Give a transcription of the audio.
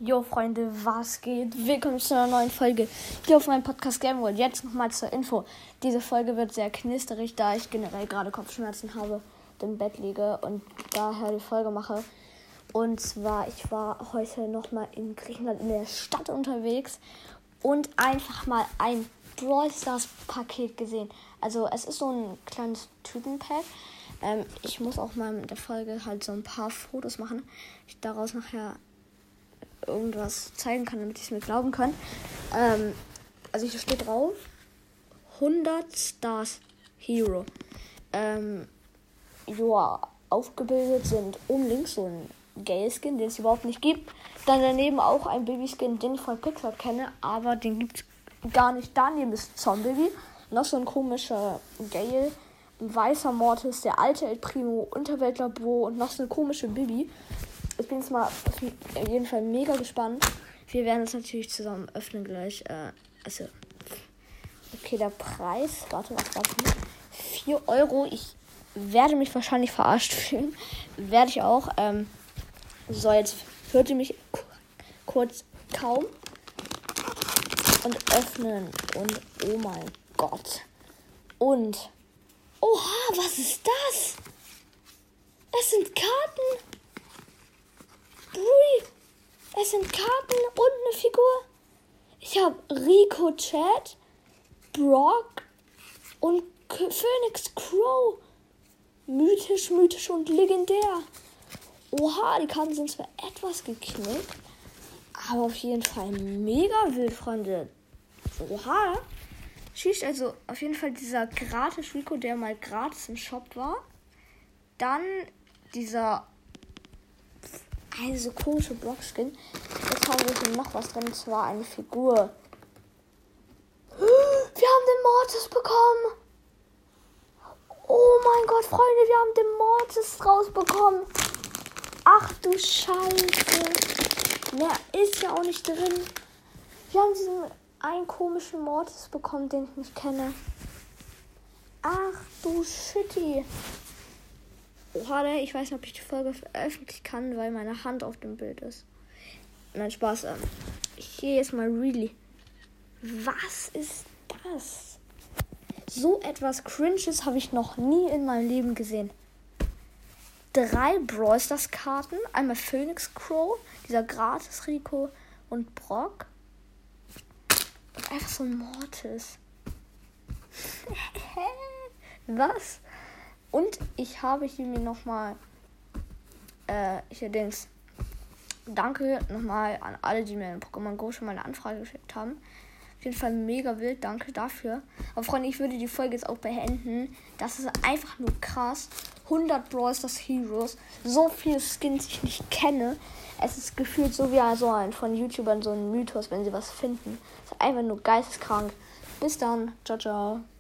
Jo Freunde, was geht? Willkommen zu einer neuen Folge hier auf meinem Podcast Gameworld. Jetzt nochmal zur Info. Diese Folge wird sehr knisterig, da ich generell gerade Kopfschmerzen habe, im Bett liege und daher die Folge mache. Und zwar, ich war heute nochmal in Griechenland in der Stadt unterwegs und einfach mal ein Brawl Stars Paket gesehen. Also es ist so ein kleines Tütenpack. Ich muss auch mal mit der Folge halt so ein paar Fotos machen. Ich daraus nachher irgendwas zeigen kann, damit ich es mir glauben kann. Also hier steht drauf 100 Stars Hero. Aufgebildet sind oben links so ein Gale-Skin, den es überhaupt nicht gibt. Dann daneben auch ein Baby-Skin, den ich von Pixar kenne, aber den gibt es gar nicht. Daneben ist Zombie, noch so ein komischer Gale, ein weißer Mortis, der alte El Primo, Unterweltler Bo und noch so eine komische Bibi. Ich bin jetzt mal auf jeden Fall mega gespannt. Wir werden es natürlich zusammen öffnen gleich. Okay, der Preis. Warte, 4 Euro. Ich werde mich wahrscheinlich verarscht fühlen. Werde ich auch. So, jetzt hört ihr mich kurz kaum. Und öffnen. Und oh mein Gott. Und. Oha, was ist das? Es sind Karten. Es sind Karten und eine Figur. Ich habe Rico Chat, Brock und Phoenix Crow. Mythisch und legendär. Oha, die Karten sind zwar etwas geknickt, aber auf jeden Fall mega wild, Freunde. Oha. Schießt also auf jeden Fall dieser gratis Rico, der mal gratis im Shop war. Dann dieser eine so komische Blockskin. Jetzt haben wir hier noch was drin, und zwar eine Figur. Wir haben den Mortis bekommen. Oh mein Gott, Freunde, wir haben den Mortis rausbekommen. Ach du Scheiße. Mehr ist ja auch nicht drin. Wir haben diesen einen komischen Mortis bekommen, den ich nicht kenne. Ach du Shitty. Oha, ich weiß nicht, ob ich die Folge veröffentlichen kann, weil meine Hand auf dem Bild ist. Nein, Spaß. Hier jetzt mal really. Was ist das? So etwas Cringes habe ich noch nie in meinem Leben gesehen. 3 Brawl Stars Karten. Einmal Phoenix Crow, dieser gratis Rico und Brock. Und einfach so ein Mortis. Was? Und ich habe hier mir nochmal, danke nochmal an alle, die mir in Pokémon Go schon mal eine Anfrage geschickt haben. Auf jeden Fall mega wild, danke dafür. Aber Freunde, ich würde die Folge jetzt auch beenden. Das ist einfach nur krass. 100 Brawl Stars Heroes, so viele Skins, die ich nicht kenne. Es ist gefühlt so wie von YouTubern so ein Mythos, wenn sie was finden. Es ist einfach nur geisteskrank. Bis dann, ciao, ciao.